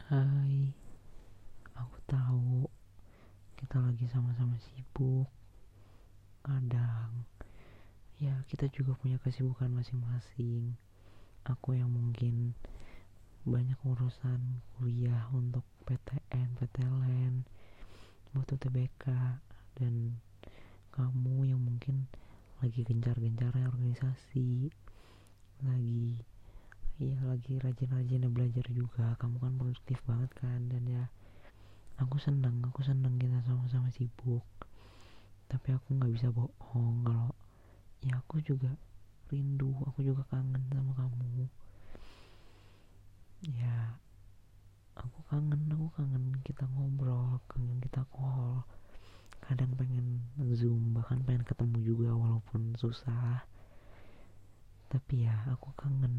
Hai, aku tahu kita lagi sama-sama sibuk. Kadang, ya kita juga punya kesibukan masing-masing. Aku yang mungkin banyak urusan kuliah untuk PTN, PTLN, butuh UTBK, dan kamu yang mungkin lagi gencar-gencarnya organisasi, lagi rajin-rajinnya belajar juga. Kamu kan produktif banget kan, dan ya aku seneng kita sama-sama sibuk. Tapi aku nggak bisa bohong kalau ya aku juga rindu, aku juga kangen sama kamu. Ya, aku kangen kita ngobrol, kangen kita call. Kadang pengen zoom, bahkan pengen ketemu juga walaupun susah. Tapi ya aku kangen.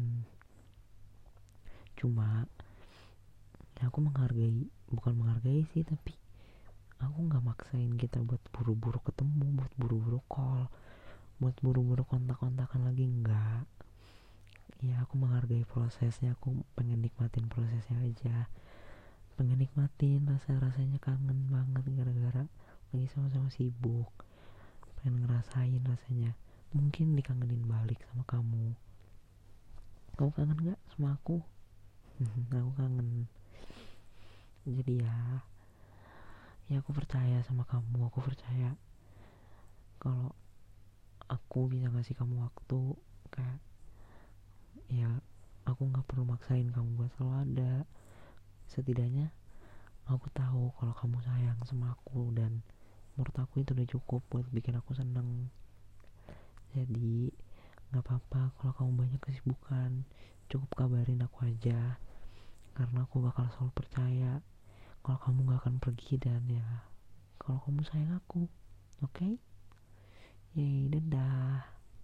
Cuma ya aku bukan menghargai sih, tapi aku nggak maksain kita buat buru-buru ketemu, buat buru-buru call, buat buru-buru kontak-kontakan lagi, enggak. Ya aku menghargai prosesnya, aku pengen nikmatin prosesnya aja, pengen nikmatin rasanya kangen banget gara-gara lagi sama-sama sibuk, pengen ngerasain rasanya mungkin dikangenin balik sama kamu. Kamu kangen gak sama aku? Aku kangen. Jadi ya aku percaya sama kamu, aku percaya kalau aku bisa ngasih kamu waktu. Kayak ya aku nggak perlu maksain kamu buat selalu ada. Setidaknya aku tahu kalau kamu sayang sama aku, dan menurut aku itu udah cukup buat bikin aku seneng. Jadi nggak apa-apa kalau kamu banyak kesibukan, cukup kabarin aku aja, karena aku bakal selalu percaya kalau kamu nggak akan pergi, dan ya kalau kamu sayang aku. Oke? Yeay, dadah.